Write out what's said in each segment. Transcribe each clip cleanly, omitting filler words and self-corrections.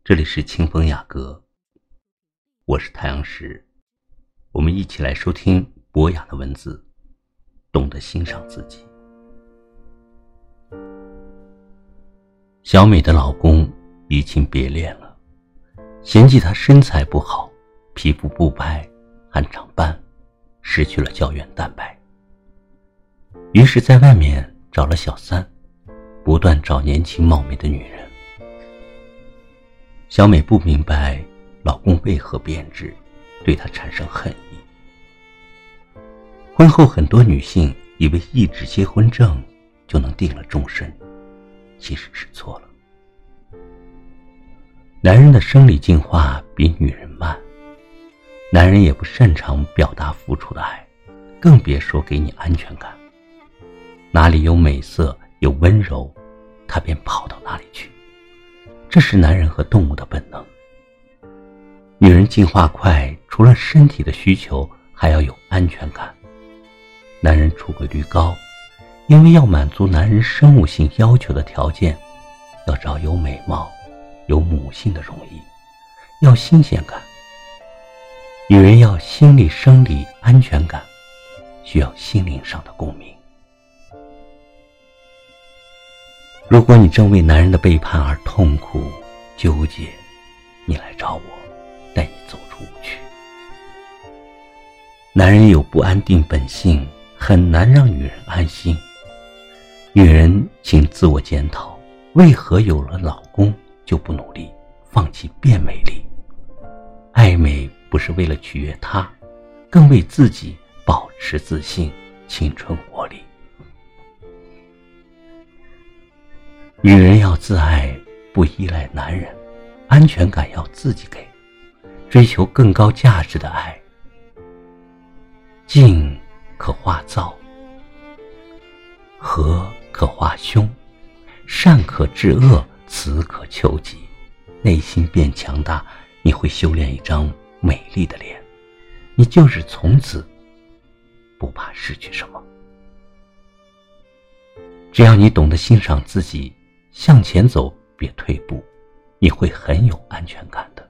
这里是清风雅阁，我是太阳石，我们一起来收听博雅的文字，懂得欣赏自己。小美的老公移情别恋了，嫌弃她身材不好，皮肤不白，还长斑，失去了胶原蛋白，于是在外面找了小三，不断找年轻貌美的女人。小美不明白老公为何变质，对她产生恨意。婚后很多女性以为一纸结婚证就能定了终身，其实是错了。男人的生理进化比女人慢，男人也不擅长表达付出的爱，更别说给你安全感。哪里有美色有温柔，他便跑到哪里去，这是男人和动物的本能。女人进化快，除了身体的需求，还要有安全感。男人出轨率高，因为要满足男人生物性要求的条件，要找有美貌有母性的容易，要新鲜感。女人要心理生理安全感，需要心灵上的共鸣。如果你正为男人的背叛而痛苦纠结，你来找我，带你走出误区。男人有不安定本性，很难让女人安心。女人请自我检讨，为何有了老公就不努力，放弃变美丽？爱美不是为了取悦他，更为自己保持自信、青春活力。女人要自爱，不依赖男人，安全感要自己给，追求更高价值的爱。静可化躁，和可化凶，善可治恶，慈可求己。内心变强大，你会修炼一张美丽的脸，你就是从此不怕失去什么。只要你懂得欣赏自己，向前走，别退步，你会很有安全感的。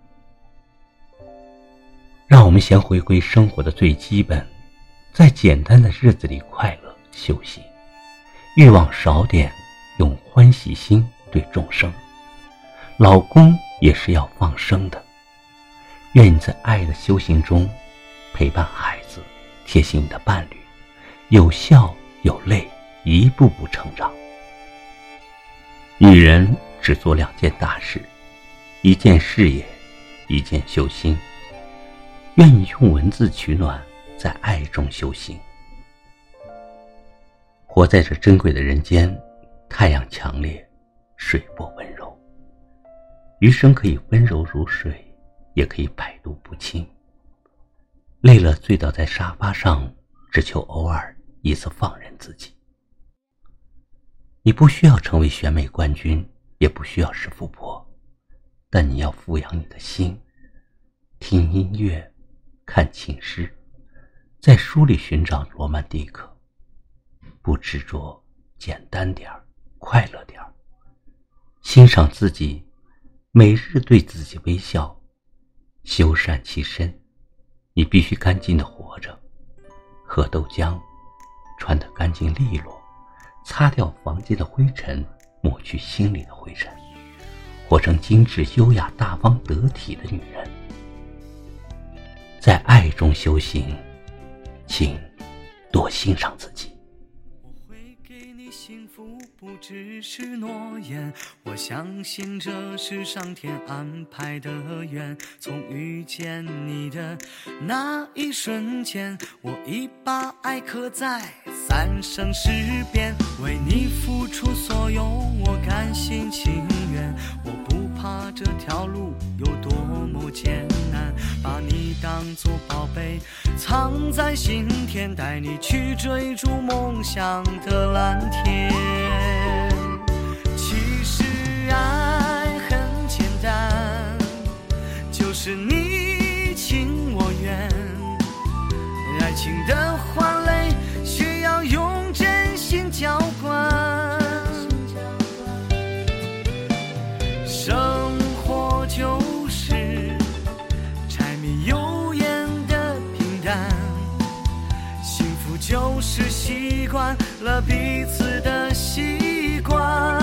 让我们先回归生活的最基本，在简单的日子里快乐修行，欲望少点，用欢喜心对众生。老公也是要放生的，愿你在爱的修行中陪伴孩子，贴心你的伴侣，有笑有泪，一步步成长。女人只做2件大事，一件事业，一件修心。愿你用文字取暖，在爱中修行。活在这珍贵的人间，太阳强烈，水波温柔，余生可以温柔如水，也可以百毒不侵。累了醉倒在沙发上，只求偶尔一次放任自己。你不需要成为选美冠军，也不需要是富婆，但你要富养你的心，听音乐，看情诗，在书里寻找罗曼蒂克，不执着，简单点，快乐点，欣赏自己，每日对自己微笑，修缮其身。你必须干净地活着，喝豆浆，穿得干净利落，擦掉房间的灰尘，抹去心里的灰尘，活成精致优雅大方得体的女人。在爱中修行，请多欣赏自己。 我会给你幸福，不只是诺言，我相信这是上天安排的缘。从遇见你的那一瞬间，我已把爱刻在3生石边，为你付出所有，我甘心情愿。我不怕这条路有多么艰难，把你当作宝贝藏在心田，带你去追逐梦想的蓝天。其实爱很简单，就是你情我愿，爱情的花蕾需要用真心浇灌，生活就是习惯了彼此的习惯。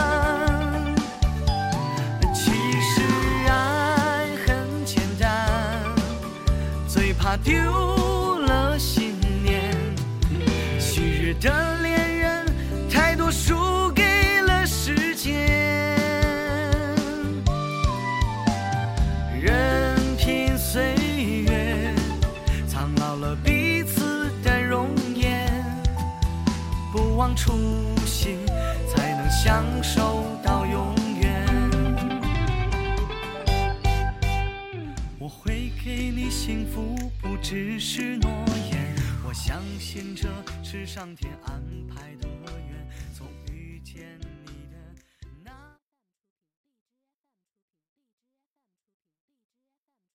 其实爱很简单，最怕丢了信念。昔日的恋人太多输给了时间，任凭岁月苍老了彼此的容颜，不忘初心才能相守到永远。我会给你幸福，不只是诺言，我相信这是上天安排